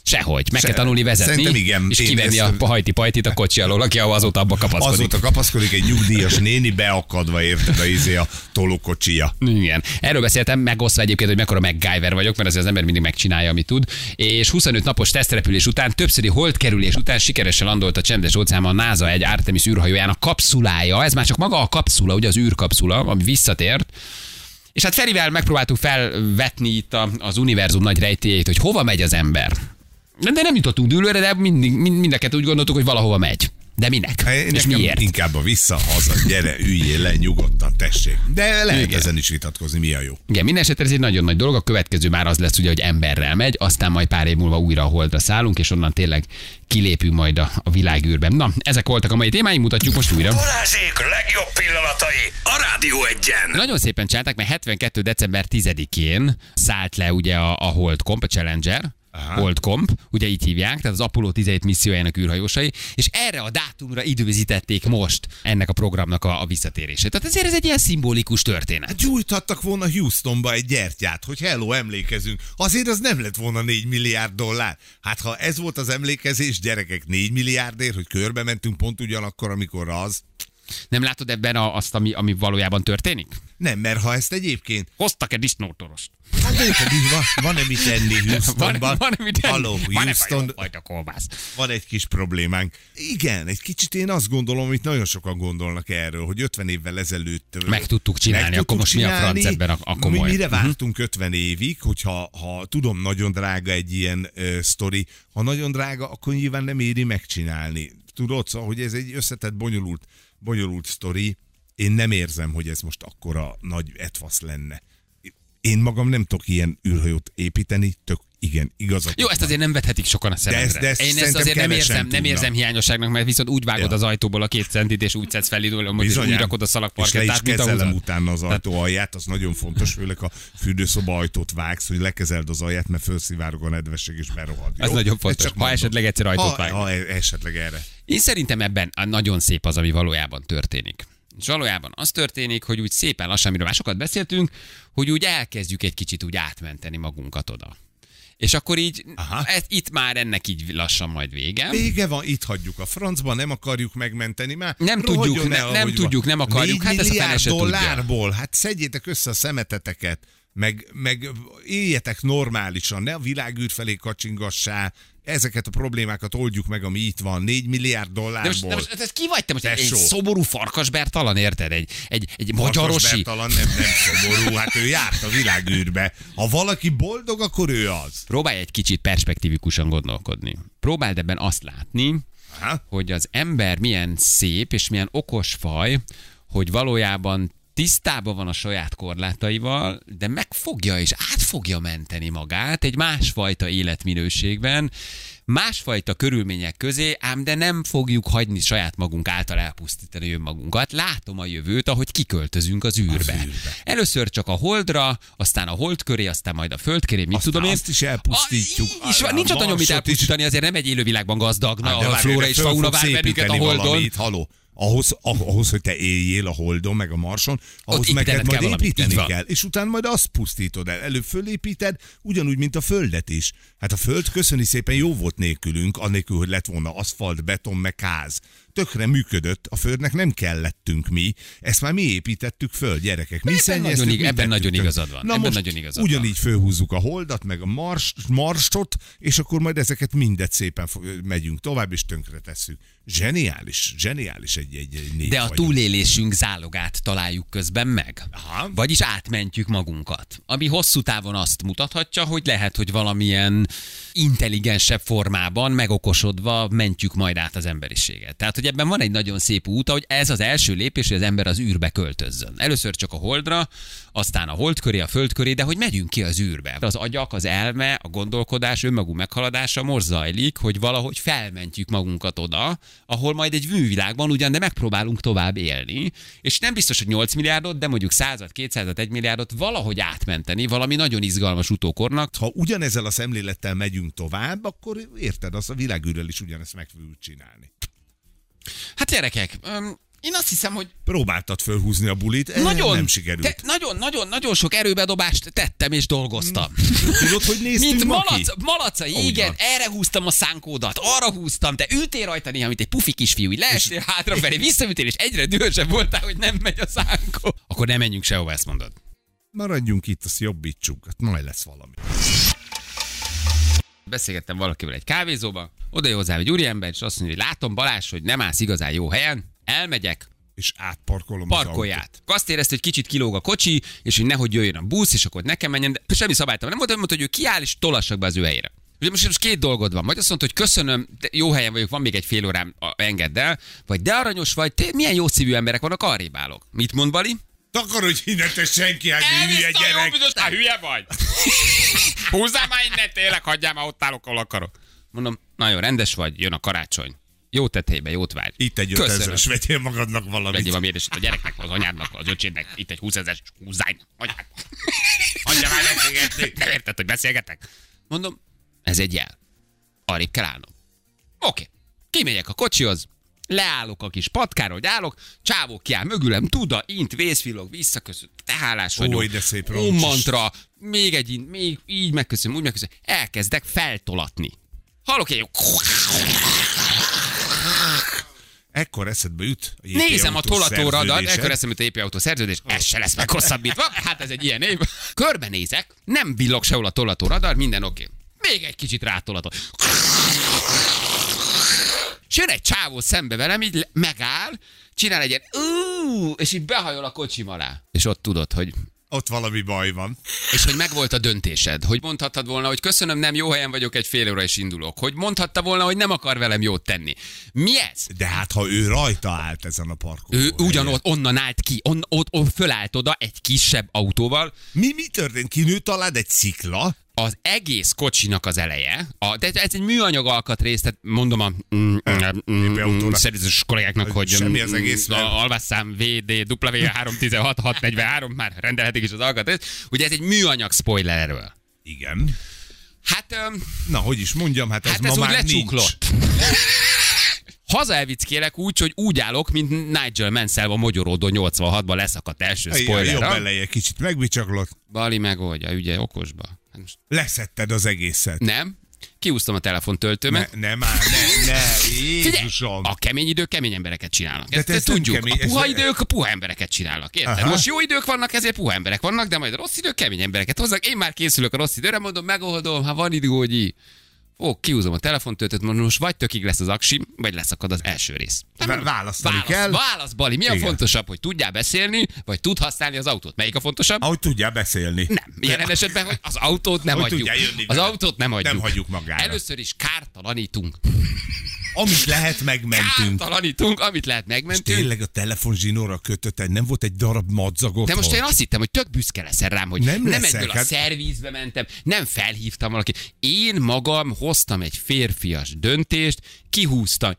Sehogy. Meg Se- kell tanulni vezetni, Szerintem igen. és Én kivenni ezt- a hajti-pajtit a kocsi alól, aki azóta abba kapaszkodik. Azóta kapaszkodik egy nyugdíjas néni beakadva, érted, a izé a tolókocsia. Igen. Erről beszéltem, megosztva egyébként, hogy mekkora MacGyver vagyok, mert azért az ember mindig megcsinálja, amit tud. És huszonöt napos tesztrepülés után, többszöri holdkerülés után sikeresen landolt a csendes óceánban a NASA egy Artemis űrhajójának kapszulája. Ez már csak maga a kapszula, ugye az űrkapszula, ami visszatért. És hát Ferivel megpróbáltuk felvetni itt a, az univerzum nagy rejtélyét, hogy hova megy az ember. De nem jutottunk dűlőre, de mindig, mind, mindeket úgy gondoltuk, hogy valahova megy. De minek? Én És nekem miért? inkább a vissza, haza, gyere, üljél le, nyugodtan, tessék. De lehet Igen. ezen is vitatkozni, mi a jó. Igen, minden esetre ez egy nagyon nagy dolog. A következő már az lesz ugye, hogy emberrel megy, aztán majd pár év múlva újra a holdra szállunk, és onnan tényleg kilépünk majd a, a világűrben. Na, ezek voltak a mai témáink, mutatjuk most újra. Balázsék legjobb pillanatai a Rádió Egyen. Nagyon szépen csinálták, mert hetvenkettő december tizedikén szállt le ugye a, a Holdcomp, a Challenger, Aha. Holdcomp, ugye így hívják, tehát az Apollo tizenhét missziójának űrhajósai, és erre a dátumra időzítették most ennek a programnak a, a visszatérését. Tehát ezért ez egy ilyen szimbolikus történet. Gyújthattak volna Houstonba egy gyertyát, hogy hello, emlékezünk. Azért az nem lett volna négy milliárd dollár. Hát ha ez volt az emlékezés, gyerekek, négy milliárdért, hogy körbe mentünk pont ugyanakkor, amikor az... Nem látod ebben a, azt, ami, ami valójában történik? Nem, mert ha ezt egyébként... Hoztak-e disznótorost? Hát érted, így van, van-e mit enni Houstonban? Van, van, mit enni? Halló, Van-e Houston, jó fajta kolbász? van egy kis problémánk. Igen, egy kicsit én azt gondolom, hogy nagyon sokan gondolnak erről, hogy ötven évvel ezelőtt Meg tudtuk csinálni, meg akkor tudtuk most mi a csinálni. franc ebben a, a komoly? Mi, mire vártunk ötven évig, hogyha ha tudom, nagyon drága egy ilyen uh, sztori, ha nagyon drága, akkor nyilván nem éri megcsinálni. Tudod, szóval, hogy ez egy összetett, bonyolult, bonyolult sztori. Én nem érzem, hogy ez most akkora nagy etvasz lenne. Én magam nem tudok ilyen űrhajót építeni, tök igen, igazat. Jó, ezt azért nem vethetik sokan a szememre. de ezt Én ezt szerintem azért nem kevesen érzem, nem tudnak. érzem hiányosságnak, mert viszont úgy vágod Ja. az ajtóból a két centit, és úgy szedsz fel időlöm, és úgy rakod a és le szalagparkettát, is mint a kezelem húzat. utána az ajtó alját, az nagyon fontos, főleg a fürdőszoba ajtót vágsz, hogy lekezeld az alját, mert felszivárog a nedvesség és berohad. Ez jó? nagyon Ezt fontos. csak Ha mondom. esetleg egyszer ajtót ha, vágnak. ha esetleg erre. Én szerintem ebben a nagyon szép az, ami valójában történik. És valójában az történik, hogy úgy szépen lassan, amiről már sokat beszéltünk, hogy úgy elkezdjük egy kicsit úgy átmenteni magunkat oda. És akkor így, ez, itt már ennek így lassan majd vége. Vége van, itt hagyjuk a francba, nem akarjuk megmenteni már. Nem rohadjon tudjuk, el, ne- nem ahogy tudjuk, van. nem akarjuk, négy hát ezt a fene milliárd se tudja. dollárból, hát szedjétek össze a szemeteteket, meg, meg éljetek normálisan, ne a világűr felé kacsingassá, ezeket a problémákat oldjuk meg, ami itt van. négy milliárd De most, dollárból. de most ez ki vagy te most? Egy Tesó. szomorú farkasbertalan, érted? Egy, egy, egy Farkas magyarosi. Bertalan nem, nem szomorú, hát ő járt a világűrbe. Ha valaki boldog, akkor ő az. Próbálj egy kicsit perspektívikusan gondolkodni. Próbáld ebben azt látni, Aha. hogy az ember milyen szép és milyen okos faj, hogy valójában tisztában van a saját korlátaival, de megfogja és át fogja menteni magát egy másfajta életminőségben, másfajta körülmények közé, ám de nem fogjuk hagyni saját magunk által elpusztítani önmagunkat. Látom a jövőt, ahogy kiköltözünk az űrbe. Az űrbe. Először csak a holdra, aztán a hold köré, aztán majd a föld köré, mit Aztán tudom én. azt is elpusztítjuk. A, és A- a nincs ott nagyon mit Marsot elpusztítani, azért nem egy élővilágban gazdag, na, Hát de a várj, flóra de és föl fauna fogsz vár bennünket a építeni holdon. valamit, haló. Ahhoz, ah- ahhoz, hogy te éljél a Holdon, meg a Marson, ahhoz építened neked majd kell valamit. Így építeni van. kell. És utána majd azt pusztítod el. Előbb fölépíted, ugyanúgy, mint a Földet is. Hát a Föld, köszöni szépen, jó volt nélkülünk, annélkül, hogy lett volna aszfalt, beton, meg ház. Tökre működött, a Földnek nem kellettünk mi, ezt már mi építettük föl, gyerekek. Mi Ebben szennyeztük, nagyon ig- mi ebben tettük nagyon tönkre. igazad van. Na Ebben most nagyon igazad van. ugyanígy fölhúzzuk a Holdat, meg a Mars, Marsot, és akkor majd ezeket mindet szépen fo- megyünk tovább, és tönkre tesszük. Zseniális, zseniális egy, egy, egy nép De a vagyunk. túlélésünk zálogát találjuk közben meg. Aha. Vagyis átmentjük magunkat. Ami hosszú távon azt mutathatja, hogy lehet, hogy valamilyen intelligensebb formában, megokosodva mentjük majd át az emberiséget. Tehát, hogy ebben van egy nagyon szép út, hogy ez az első lépés, hogy az ember az űrbe költözzön. Először csak a holdra, aztán a hold köré, a föld köré, de hogy megyünk ki az űrbe. Az agyak, az elme, a gondolkodás, önmagunk meghaladása most zajlik, hogy valahogy felmentjük magunkat oda, ahol majd egy művilágban ugyan, de megpróbálunk tovább élni, és nem biztos, hogy nyolc milliárdot, de mondjuk százat, kétszázat, egy milliárdot valahogy átmenteni valami nagyon izgalmas utókornak. Ha ugyanezzel a szemlélettel megyünk tovább, akkor érted, azt a világűrrel is ugyanezt meg fogjuk csinálni. Hát gyerekek, öm, Én azt hiszem, hogy próbáltad fölhúzni a bulit, nagyon, nem sikerült. Te, nagyon, nagyon, nagyon sok erőbedobást tettem és dolgoztam. Tudod, hogy néztünk Mint Maki? malac, malaca égen, erre húztam a szánkódat, arra húztam, te ültél rajta néha, mint egy pufi kisfiú, így leestél hátrafelé, visszaütél, és egyre dühösebb voltál, hogy nem megy a szánkó. Akkor nem menjünk sehova, ezt mondod. Maradjunk itt, azt jobbítsuk, hát majd lesz valami. Beszélgettem valakivel egy kávézóba, oda hozzám egy úriember, és azt mondja, hogy látom Balázs, hogy nem állsz igazán jó helyen, elmegyek, és átparkolom parkolját. Azt érezte, hogy kicsit kilóg a kocsi, és hogy nehogy jöjjön a busz, és akkor nekem menjen, de semmi szabálytalan nem volt, mondta, hogy ő kiáll, és tolassak be az ő helyére. Ugye most, most két dolgod van, vagy azt mondta, hogy köszönöm, jó helyen vagyok, van még egy fél órám, engedd el, vagy de aranyos vagy, te milyen jó szívű emberek vannak, arrébb állok. Mit mond Bali? Takarodj innen, te senki, hát hülye gyerek. Hát hülye vagy. Húzzál már innen, tényleg, hagyjál már, ott állok, ahol akarok. Mondom, nagyon rendes vagy, jön a karácsony. Jó tetejébe, jót várj. Itt egy ötezeres, vegyél magadnak valamit. Vegyél valami édeset a gyereknek, az anyádnak, az öcsédnek, itt egy húszezeres, húzzálj. Hagyja már beszélgetni. Nem érted, hogy beszélgetek? Mondom, ez egy jel. Arrébb kell állnom. Oké. Kimegyek a kocsihoz, leállok a kis patkára, hogy állok, csávó kiáll mögülem, tuda, int, vészvillog, visszaköszön, te hálás vagyok. Oly, de szép Ó, mantra, még egy int, még így megköszönöm, úgy megköszönöm. Elkezdek feltolatni. Hallok egy ekkor eszedbe jut a nézem a tolatóradat, ekkor eszembe jut a jé pé autó szerződés, ez se lesz meghosszabbítva, hát ez egy ilyen év. Körbenézek, nem villog sehol a tolatóradar, minden oké. Okay. Még egy kicsit rátolatom. És jön egy csávó szembe velem, így megáll, csinál egy ilyen, ú, és így behajol a kocsim alá. És ott tudod, hogy ott valami baj van. És hogy megvolt a döntésed, hogy mondhattad volna, hogy köszönöm, nem jó helyen vagyok, egy fél óra is indulok. Hogy mondhatta volna, hogy nem akar velem jót tenni. Mi ez? De hát, ha ő rajta állt ezen a parkolón. Ő ugyanott onnan állt ki, on, ott, ott fölállt oda egy kisebb autóval. Mi, mi történt? Kinőtt alád egy szikla? Az egész kocsinak az eleje, a, de ez egy műanyag alkatrész, tehát mondom a mm, mm, mm, szervezős kollégáknak, hogy semmi az egész, a alvásszám vé dé W három tizenhat hat negyvenhárom, már rendelhetik is az alkatrész. Ugye ez egy műanyag spoiler erről. Igen. Hát... Um, Na, hogy is mondjam, hát ez hát ma ez már úgy lecsuklott. Hazaelvickélek úgy, hogy úgy állok, mint Nigel Mansell a mogyoródó nyolcvanhatban leszakadt első spoiler. Jobb eleje kicsit megbicsaklott. Bali megoldja, ugye, okosba. Hát most... Leszetted az egészet. Nem. Kiúztam a telefontöltőmet. Ne, nem áll, ne, ne, Jézusom. A kemény idők kemény embereket csinálnak. De ezt tudjuk. Kemény, a puha ez idők a puha embereket csinálnak. Érted? Aha. Most jó idők vannak, ezért puha emberek vannak, de majd a rossz idők kemény embereket hoznak. Én már készülök a rossz időre, mondom, megoldom, ha van idő, hogy ó, kiúzom a telefontöltőt, mondom, most vagy tökig lesz az aksi, vagy leszakad az első rész. Nem, választani válasz, kell. Válasz, Bali, mi a Igen. fontosabb, hogy tudjál beszélni, vagy tud használni az autót? Melyik a fontosabb? Ahogy tudjál beszélni. Nem. Ilyen esetben, hogy az autót nem Ahogy hagyjuk. Az autót nem hagyjuk. Nem hagyjuk magára. Először is kártalanítunk. Amit lehet, megmentünk. Kártalanítunk, amit lehet, megmentünk. És tényleg a telefonzsinóra kötötted, nem volt egy darab madzagot. De most én azt hittem, hogy tök büszke leszel rám, hogy nem, nem leszek, egyből hát... a szervízbe mentem, nem felhívtam valakit. Én magam hoztam egy férfias döntést, kihúztam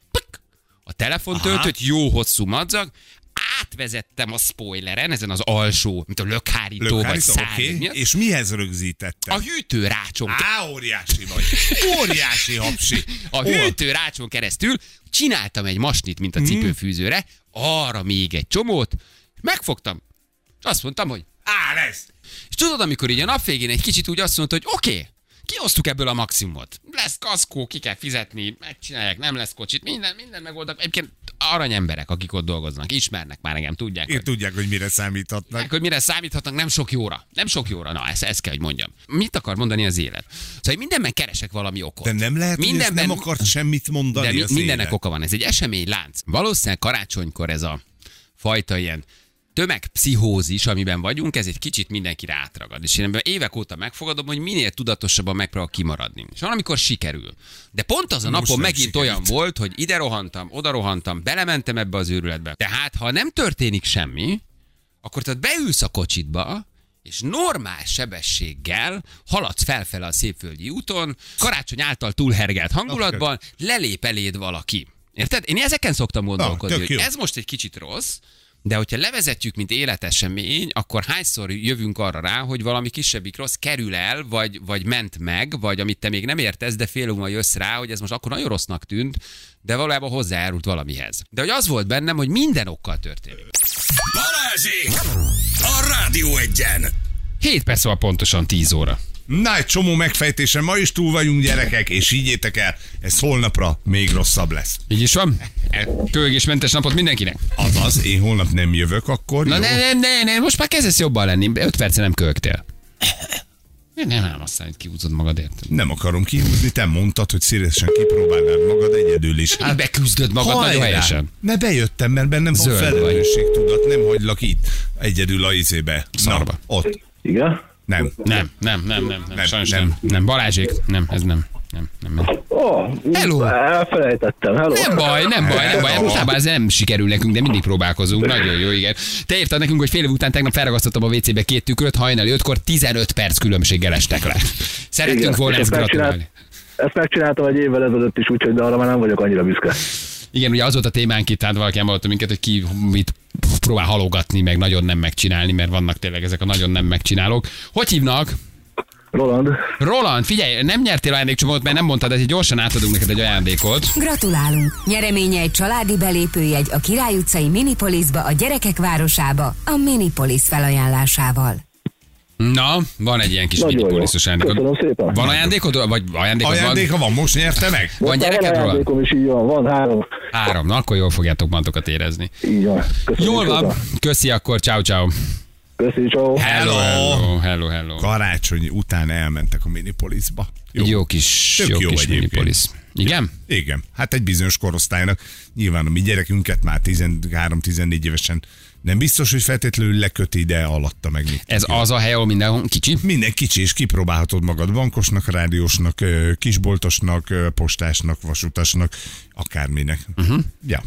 a telefontöltőt, jó hosszú madzag, átvezettem a spoileren, ezen az alsó, mint a lökhárító, vagy szárny. Okay. És mihez rögzítettem? A hűtőrácson. Á, óriási vagy. Óriási hapsi. A hűtőrácson keresztül csináltam egy masnit, mint a cipőfűzőre, arra még egy csomót, megfogtam, és azt mondtam, hogy á, lesz. És tudod, amikor így a nap végén egy kicsit úgy azt mondta, hogy oké, okay, kihoztuk ebből a maximumot. Lesz kaszkó, ki kell fizetni, megcsinálják, nem lesz kocsit, minden, minden megoldak. Egyébként aranyemberek, akik ott dolgoznak, ismernek már engem, tudják. Én hogy, tudják, hogy mire számíthatnak. Tudják, hogy mire számíthatnak, nem sok jóra. Nem sok jóra, na ezt, ezt kell, hogy mondjam. Mit akar mondani az élet? Szóval mindenben keresek valami okot. De nem lehet, mindenben, hogy nem akart semmit mondani de mi, az mindennek élet. Oka van, ez egy eseménylánc. Valószínűleg karácsonykor ez a fajta ilyen tömegpszichózis, amiben vagyunk, ez egy kicsit mindenkire átragad. És én ebben évek óta megfogadom, hogy minél tudatosabban megpróbál kimaradni. És van, amikor sikerül. De pont az a Most napon megint sikerült. olyan volt, hogy ide rohantam, oda rohantam, belementem ebbe az őrületbe. Tehát, ha nem történik semmi, akkor te beülsz a kocsitba, és normál sebességgel haladsz felfele a Szépföldi úton, karácsony által túlhergelt hangulatban, lelép eléd valaki. Érted? Én ezeken szoktam gondolkodni, ah, hogy ez most egy kicsit rossz, de hogyha levezetjük, mint életesemény, akkor hányszor jövünk arra rá, hogy valami kisebbik rossz kerül el, vagy, vagy ment meg, vagy amit te még nem értesz, de fél óra jössz rá, hogy ez most akkor nagyon rossznak tűnt, de valójában hozzájárult valamihez. De hogy az volt bennem, hogy minden okkal történik. Balázsék! A Rádió Egyen! hét perc van pontosan tíz óra. Na, egy csomó megfejtésen ma is túl vagyunk, gyerekek, és higgyétek el, ez holnapra még rosszabb lesz. Így is van? Kölgésmentes napot mindenkinek? Azaz, én holnap nem jövök, akkor Na jó? ne, ne, ne, ne, most már kezdesz jobban lenni. öt perce nem kölgtél. Nem, nem, aztán, hogy kihúzod magadért. Nem akarom kihúzni, te mondtad, hogy szívesen kipróbálnád magad egyedül is. Hát beküzdöd magad Hajrá! nagyon helyesen. Mert bejöttem, mert bennem van Zöld felelősségtudat, nem hagylak itt egyedül a izébe. Szarba. Na, ott. Igen? Nem. Nem, nem, nem, nem, nem, Nem, sajnos nem. nem. Nem, Balázsék, nem, ez nem. Nem, nem, nem. Ó, oh, Hello. elfelejtettem, hello. Nem baj, nem baj, nem baj. Mostában ez nem sikerül nekünk, de mindig próbálkozunk. Nagyon jó, igen. Te írtad nekünk, hogy fél év után tegnap felragasztottam a vé cébe két tükröt, hajnali ötkor tizenöt perc különbséggel estek le. Szerettünk Igen, volna és ezt ezt megcsinált- gratulálni. Ezt megcsináltam egy évvel ezelőtt is, úgyhogy de arra már nem vagyok annyira büszke. Igen, ugye az volt a témánk itt, hát valaki elmondta minket, hogy ki mit próbál halogatni, meg nagyon nem megcsinálni, mert vannak tényleg ezek a nagyon nem megcsinálók. Hogy hívnak? Roland, Roland, figyelj, nem nyertél ajándékcsomót, mert nem mondtad, de gyorsan átadunk neked egy ajándékot. Gratulálunk! Nyereménye egy családi belépőjegy a Király utcai Minipolisba, a gyerekek városába, a Minipolis felajánlásával. Na, van egy ilyen kis Nagyon jó. minipoliszos ajándékod. Köszönöm szépen. Van ajándékod? Vagy ajándékod Ajándéka van, most nyerte meg? van? Van Van gyereked, Roland? ajándékom is, így van, van három. Három, na akkor jól fogjátok magatokat érezni. Így van. Köszönöm Jól van, szépen. köszi akkor, ciao ciao. Köszi, ciao. Hello, hello, hello, hello. Karácsony után elmentek a Minipolisba. Jó, jó kis, Tök jó jó kis egyébként. minipolis. Igen? Igen, hát egy bizonyos korosztálynak, nyilván a mi gyerekünket már tizenhárom-tizennégy évesen nem biztos, hogy feltétlenül leköti, de alatta meg még. Ez az a hely, ahol mindenhol kicsi? Minden kicsi, és kipróbálhatod magad bankosnak, rádiósnak, ö, kisboltosnak, ö, postásnak, vasutasnak, akárminek. Uh-huh. Ja.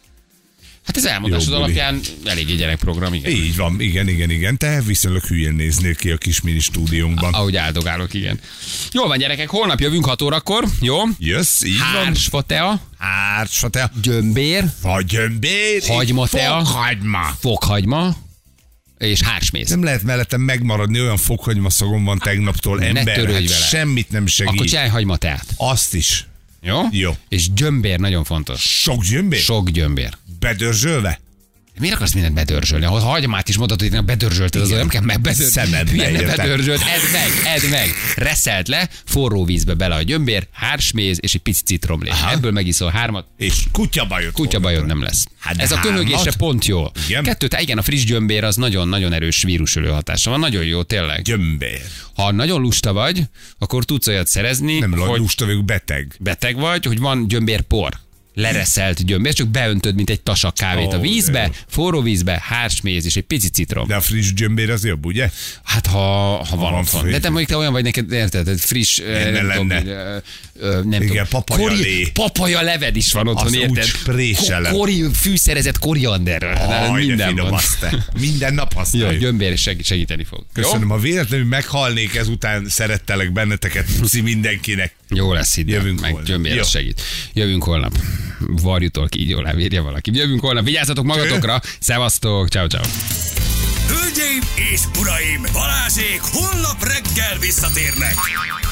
Hát ez elmondásod Jó buli. alapján eléggé gyerekprogram, igen. Így van, igen, igen, igen. Te viszonylag hülyén néznél ki a kis mini stúdiónkban. Ahogy áldogálok, igen. Jól van, gyerekek, holnap jövünk hat órakor, jó? Jössz, így van. Hársfatea, Hársfatea, gyömbér, vagy gyömbér, Hagymatea. fokhagyma. fokhagyma és hársmész. Nem lehet mellettem megmaradni, olyan fokhagyma szagom van tegnaptól, Ne ember, törődj hát vele. semmit nem segít. Akkor csinálj hagymateát. Azt is. Jó? Jó. És gyömbér nagyon fontos. Sok gyömbér? Sok gyömbér. Bedörzsölve? Miért akarsz mindent bedörzsölni? Ha hagymát is mondod, hogy bedörzsölted, az nem kell megbedörzsölni. Szemedbe értek. bedörzsölt, edd meg, edd meg. Reszelt le, forró vízbe bele a gyömbér, hársméz és egy pici citromlé. Ebből megiszol hármat, És kutyabajod. kutyabajod nem lesz. Hát de Ez a hármat? köhögésre pont jó. Igen? Kettőt, igen, a friss gyömbér az nagyon-nagyon erős vírusölő hatása van. Nagyon jó, tényleg. Gyömbér. Ha nagyon lusta vagy, akkor tudsz olyat szerezni, Nem hogy lusta vagyok, beteg. beteg vagy, hogy van gyömbérpor. Lereszelt gyömbér, csak beöntöd, mint egy tasak kávét Ó, a vízbe, de jó. forró vízbe, hársméz és egy pici citrom. De a friss gyömbér az jobb, ugye? Hát ha, ha van van otthon. friss. De te mondjuk te olyan vagy neked, érted, egy friss, eh, nem lenne. tudom, ö, ö, nem Igen, tudom, papajaalé. papaja leved is van otthon, Az érted? úgy spréselem. Ko- Kori, fűszerezett korianderről. Aj, de Minden finom van. azt te. Minden nap Jó, használjuk. gyömbér segít, segíteni fog. Köszönöm, ha véletlenül meghalnék ezután, szerettelek benneteket, puszi mindenkinek. Jó, jó lesz itt. Jövünk meg holnap. gyömbér Jó. az segít. Jövünk holnap. Varjutól ki, így jól elvírja valaki. Jövünk holnap. Vigyázzatok magatokra. Szevasztok. Ciao, ciao. Hölgyeim és uraim, Balázsék holnap reggel visszatérnek.